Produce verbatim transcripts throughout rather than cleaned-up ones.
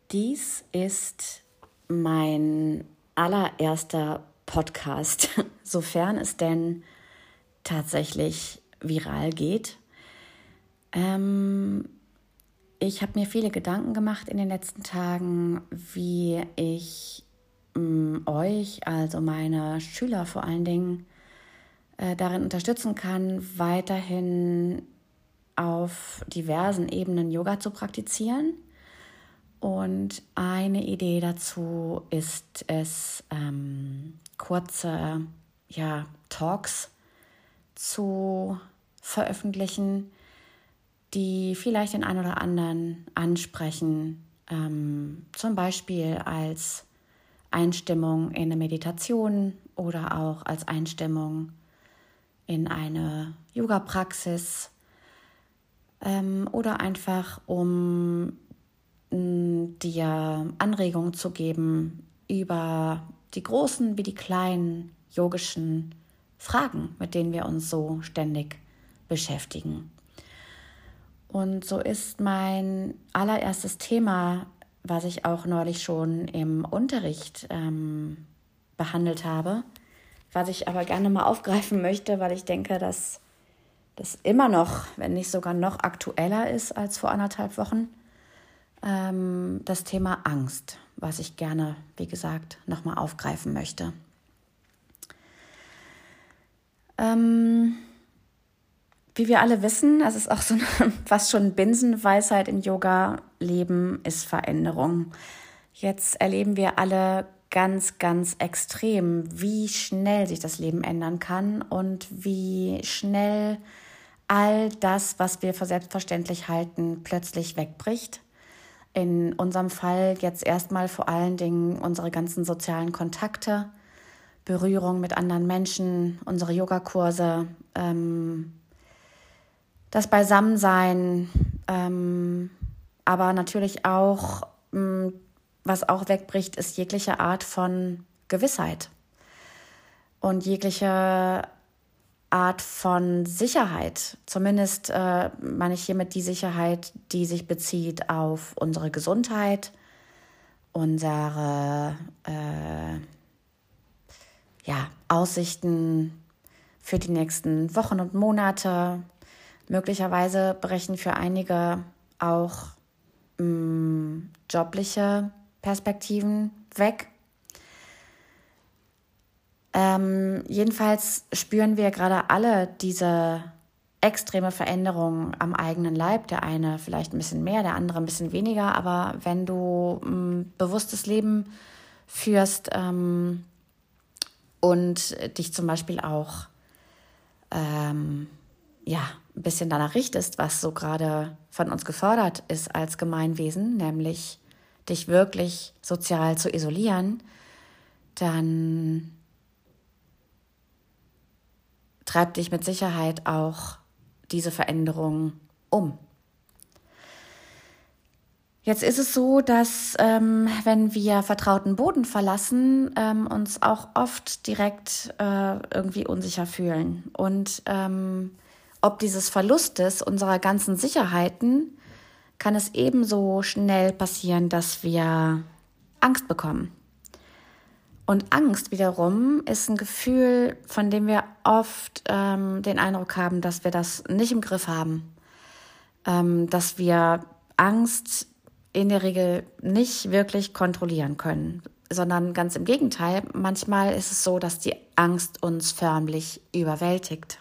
Dies ist mein allererster Podcast, sofern es denn tatsächlich viral geht. Ähm, ich habe mir viele Gedanken gemacht in den letzten Tagen, wie ich ähm, euch, also meine Schüler vor allen Dingen, äh, darin unterstützen kann, weiterhin auf diversen Ebenen Yoga zu praktizieren. Und eine Idee dazu ist es, ähm, kurze ja, Talks zu veröffentlichen, die vielleicht den einen oder anderen ansprechen, ähm, zum Beispiel als Einstimmung in eine Meditation oder auch als Einstimmung in eine Yoga-Praxis ähm, oder einfach um dir Anregungen zu geben über die großen wie die kleinen yogischen Fragen, mit denen wir uns so ständig beschäftigen. Und so ist mein allererstes Thema, was ich auch neulich schon im Unterricht ähm, behandelt habe, was ich aber gerne mal aufgreifen möchte, weil ich denke, dass das immer noch, wenn nicht sogar noch aktueller ist als vor anderthalb Wochen, das Thema Angst, was ich gerne, wie gesagt, nochmal aufgreifen möchte. Ähm, wie wir alle wissen, es ist auch so eine, fast schon Binsenweisheit im Yoga, Leben ist Veränderung. Jetzt erleben wir alle ganz, ganz extrem, wie schnell sich das Leben ändern kann und wie schnell all das, was wir für selbstverständlich halten, plötzlich wegbricht. In unserem Fall jetzt erstmal vor allen Dingen unsere ganzen sozialen Kontakte, Berührung mit anderen Menschen, unsere Yogakurse, ähm, das Beisammensein, ähm, aber natürlich auch, ähm, was auch wegbricht, ist jegliche Art von Gewissheit und jegliche Art von Sicherheit. Zumindest äh, meine ich hiermit die Sicherheit, die sich bezieht auf unsere Gesundheit, unsere äh, ja, Aussichten für die nächsten Wochen und Monate. Möglicherweise brechen für einige auch mh, jobliche Perspektiven weg. Ähm, jedenfalls spüren wir gerade alle diese extreme Veränderung am eigenen Leib. Der eine vielleicht ein bisschen mehr, der andere ein bisschen weniger. Aber wenn du ein bewusstes Leben führst ähm, und dich zum Beispiel auch ähm, ja, ein bisschen danach richtest, was so gerade von uns gefordert ist als Gemeinwesen, nämlich dich wirklich sozial zu isolieren, dann treibt dich mit Sicherheit auch diese Veränderung um. Jetzt ist es so, dass ähm, wenn wir vertrauten Boden verlassen, ähm, uns auch oft direkt äh, irgendwie unsicher fühlen. Und ähm, ob dieses Verlustes unserer ganzen Sicherheiten, kann es ebenso schnell passieren, dass wir Angst bekommen. Und Angst wiederum ist ein Gefühl, von dem wir oft ähm, den Eindruck haben, dass wir das nicht im Griff haben. Ähm, dass wir Angst in der Regel nicht wirklich kontrollieren können, sondern ganz im Gegenteil. Manchmal ist es so, dass die Angst uns förmlich überwältigt.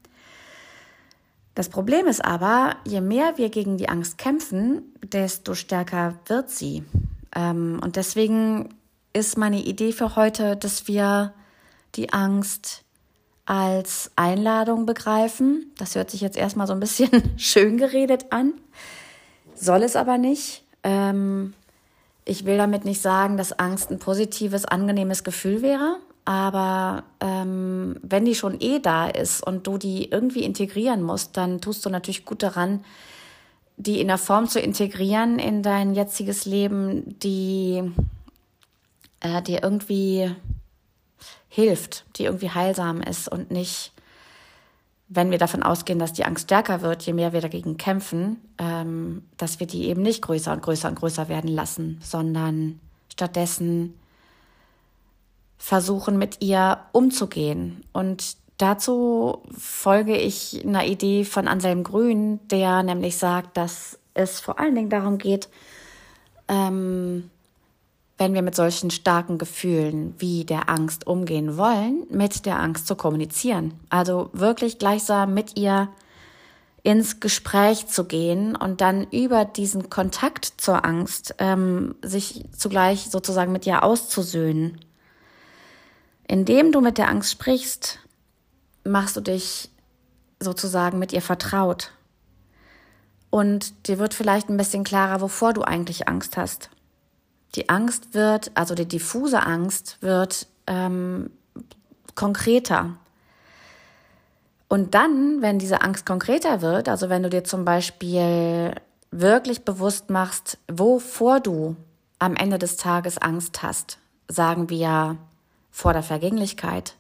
Das Problem ist aber, je mehr wir gegen die Angst kämpfen, desto stärker wird sie. Ähm, und deswegen ist meine Idee für heute, dass wir die Angst als Einladung begreifen. Das hört sich jetzt erstmal so ein bisschen schön geredet an, soll es aber nicht. Ähm, ich will damit nicht sagen, dass Angst ein positives, angenehmes Gefühl wäre, aber ähm, wenn die schon eh da ist und du die irgendwie integrieren musst, dann tust du natürlich gut daran, die in der Form zu integrieren in dein jetziges Leben, die äh, dir irgendwie hilft, die irgendwie heilsam ist und nicht wenn wir davon ausgehen, dass die Angst stärker wird, je mehr wir dagegen kämpfen, ähm, dass wir die eben nicht größer und größer und größer werden lassen, sondern stattdessen versuchen, mit ihr umzugehen. Und dazu folge ich einer Idee von Anselm Grün, der nämlich sagt, dass es vor allen Dingen darum geht, ähm, wenn wir mit solchen starken Gefühlen wie der Angst umgehen wollen, mit der Angst zu kommunizieren. Also wirklich gleichsam mit ihr ins Gespräch zu gehen und dann über diesen Kontakt zur Angst ähm, sich zugleich sozusagen mit ihr auszusöhnen. Indem du mit der Angst sprichst, machst du dich sozusagen mit ihr vertraut. Und dir wird vielleicht ein bisschen klarer, wovor du eigentlich Angst hast. Die Angst wird, also die diffuse Angst wird ähm, konkreter. Und dann, wenn diese Angst konkreter wird, also wenn du dir zum Beispiel wirklich bewusst machst, wovor du am Ende des Tages Angst hast, sagen wir vor der Vergänglichkeit.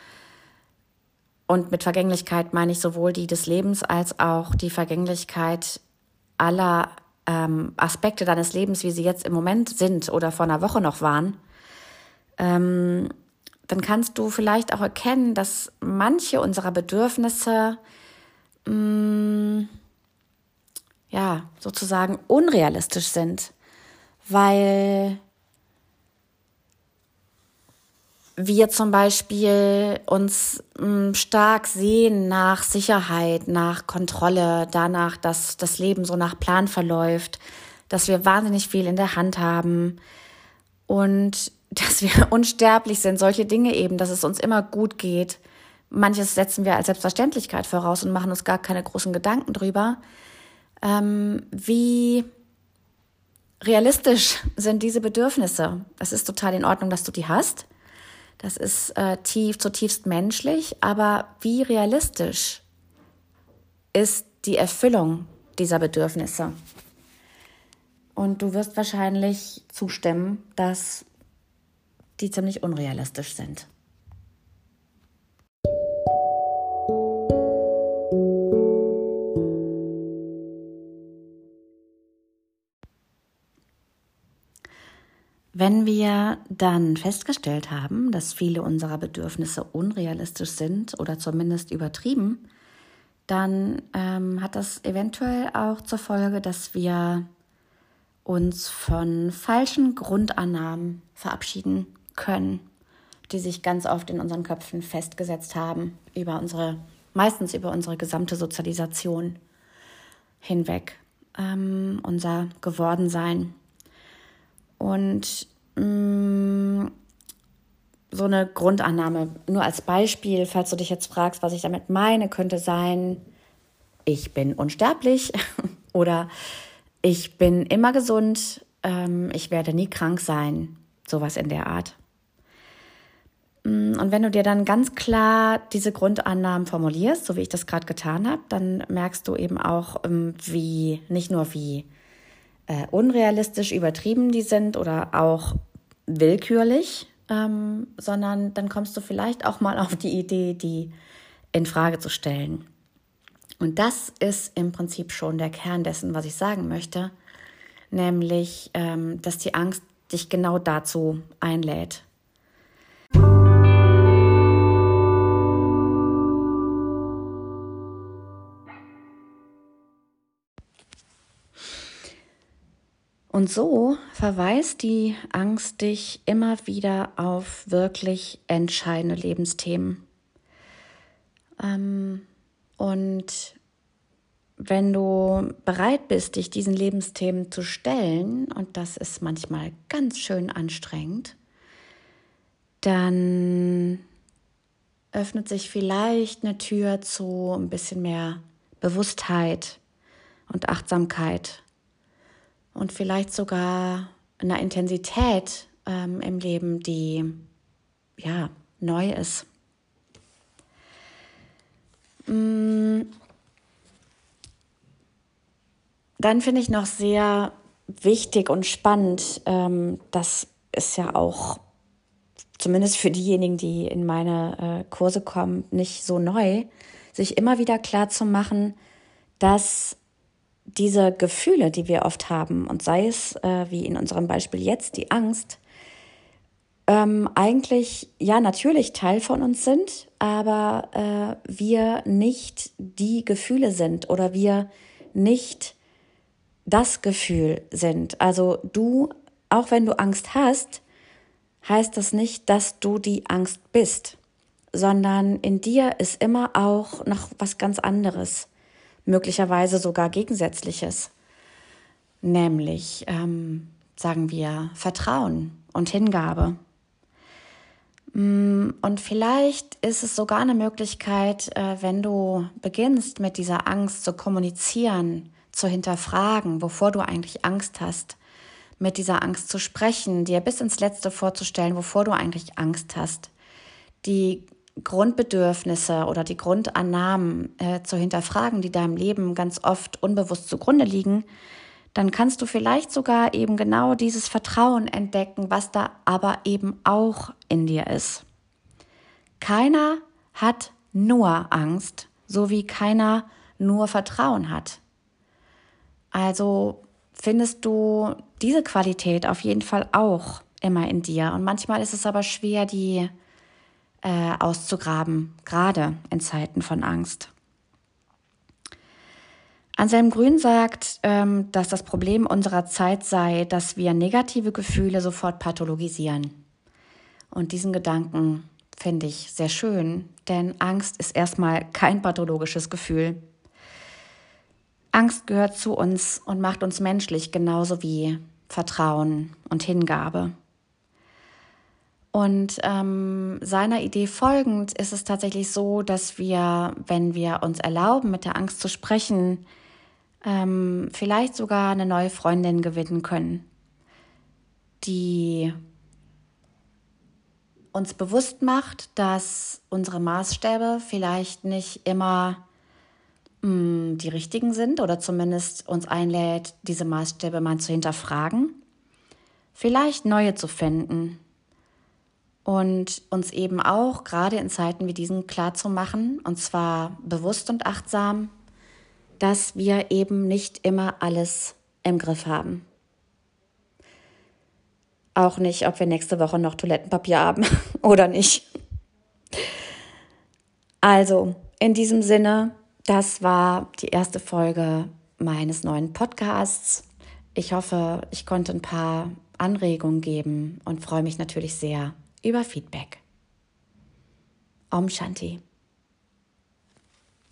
Und mit Vergänglichkeit meine ich sowohl die des Lebens als auch die Vergänglichkeit aller ähm, Aspekte deines Lebens, wie sie jetzt im Moment sind oder vor einer Woche noch waren. Ähm, dann kannst du vielleicht auch erkennen, dass manche unserer Bedürfnisse mh, ja, sozusagen unrealistisch sind, weil wir zum Beispiel uns mh, stark sehen nach Sicherheit, nach Kontrolle, danach, dass das Leben so nach Plan verläuft, dass wir wahnsinnig viel in der Hand haben und dass wir unsterblich sind, solche Dinge eben, dass es uns immer gut geht. Manches setzen wir als Selbstverständlichkeit voraus und machen uns gar keine großen Gedanken drüber. Ähm, wie realistisch sind diese Bedürfnisse? Es ist total in Ordnung, dass du die hast. Das ist äh, tief, zutiefst menschlich, aber wie realistisch ist die Erfüllung dieser Bedürfnisse? Und du wirst wahrscheinlich zustimmen, dass die ziemlich unrealistisch sind. Wenn wir dann festgestellt haben, dass viele unserer Bedürfnisse unrealistisch sind oder zumindest übertrieben, dann ähm, hat das eventuell auch zur Folge, dass wir uns von falschen Grundannahmen verabschieden können, die sich ganz oft in unseren Köpfen festgesetzt haben, über unsere, meistens über unsere gesamte Sozialisation hinweg, ähm, unser Gewordensein. Und mh, so eine Grundannahme, nur als Beispiel, falls du dich jetzt fragst, was ich damit meine, könnte sein, ich bin unsterblich oder ich bin immer gesund, ähm, ich werde nie krank sein, sowas in der Art. Und wenn du dir dann ganz klar diese Grundannahmen formulierst, so wie ich das gerade getan habe, dann merkst du eben auch, wie nicht nur wie äh, unrealistisch übertrieben die sind oder auch willkürlich, ähm, sondern dann kommst du vielleicht auch mal auf die Idee, die in Frage zu stellen. Und das ist im Prinzip schon der Kern dessen, was ich sagen möchte, nämlich, ähm, dass die Angst dich genau dazu einlädt. Und so verweist die Angst dich immer wieder auf wirklich entscheidende Lebensthemen. Ähm, und wenn du bereit bist, dich diesen Lebensthemen zu stellen, und das ist manchmal ganz schön anstrengend, dann öffnet sich vielleicht eine Tür zu ein bisschen mehr Bewusstheit und Achtsamkeit und vielleicht sogar einer Intensität ähm, im Leben, die ja neu ist. Mm. Dann finde ich noch sehr wichtig und spannend, ähm, das ist ja auch zumindest für diejenigen, die in meine äh, Kurse kommen, nicht so neu, sich immer wieder klar zu machen, dass diese Gefühle, die wir oft haben, und sei es, äh, wie in unserem Beispiel jetzt, die Angst, ähm, eigentlich ja natürlich Teil von uns sind, aber äh, wir nicht die Gefühle sind oder wir nicht das Gefühl sind. Also du, auch wenn du Angst hast, heißt das nicht, dass du die Angst bist, sondern in dir ist immer auch noch was ganz anderes, möglicherweise sogar Gegensätzliches, nämlich, ähm, sagen wir, Vertrauen und Hingabe. Und vielleicht ist es sogar eine Möglichkeit, äh, wenn du beginnst, mit dieser Angst zu kommunizieren, zu hinterfragen, wovor du eigentlich Angst hast, mit dieser Angst zu sprechen, dir bis ins Letzte vorzustellen, wovor du eigentlich Angst hast, die Grundbedürfnisse oder die Grundannahmen äh, zu hinterfragen, die deinem Leben ganz oft unbewusst zugrunde liegen, dann kannst du vielleicht sogar eben genau dieses Vertrauen entdecken, was da aber eben auch in dir ist. Keiner hat nur Angst, so wie keiner nur Vertrauen hat. Also findest du diese Qualität auf jeden Fall auch immer in dir. Und manchmal ist es aber schwer, die äh, auszugraben, gerade in Zeiten von Angst. Anselm Grün sagt, ähm, dass das Problem unserer Zeit sei, dass wir negative Gefühle sofort pathologisieren. Und diesen Gedanken finde ich sehr schön, denn Angst ist erstmal kein pathologisches Gefühl. Angst gehört zu uns und macht uns menschlich, genauso wie Vertrauen und Hingabe. Und ähm, seiner Idee folgend ist es tatsächlich so, dass wir, wenn wir uns erlauben, mit der Angst zu sprechen, ähm, vielleicht sogar eine neue Freundin gewinnen können, die uns bewusst macht, dass unsere Maßstäbe vielleicht nicht immer mh, die richtigen sind oder zumindest uns einlädt, diese Maßstäbe mal zu hinterfragen, vielleicht neue zu finden und uns eben auch gerade in Zeiten wie diesen klarzumachen, und zwar bewusst und achtsam, dass wir eben nicht immer alles im Griff haben. Auch nicht, ob wir nächste Woche noch Toilettenpapier haben oder nicht. Also, in diesem Sinne, das war die erste Folge meines neuen Podcasts. Ich hoffe, ich konnte ein paar Anregungen geben und freue mich natürlich sehr über Feedback. Om Shanti.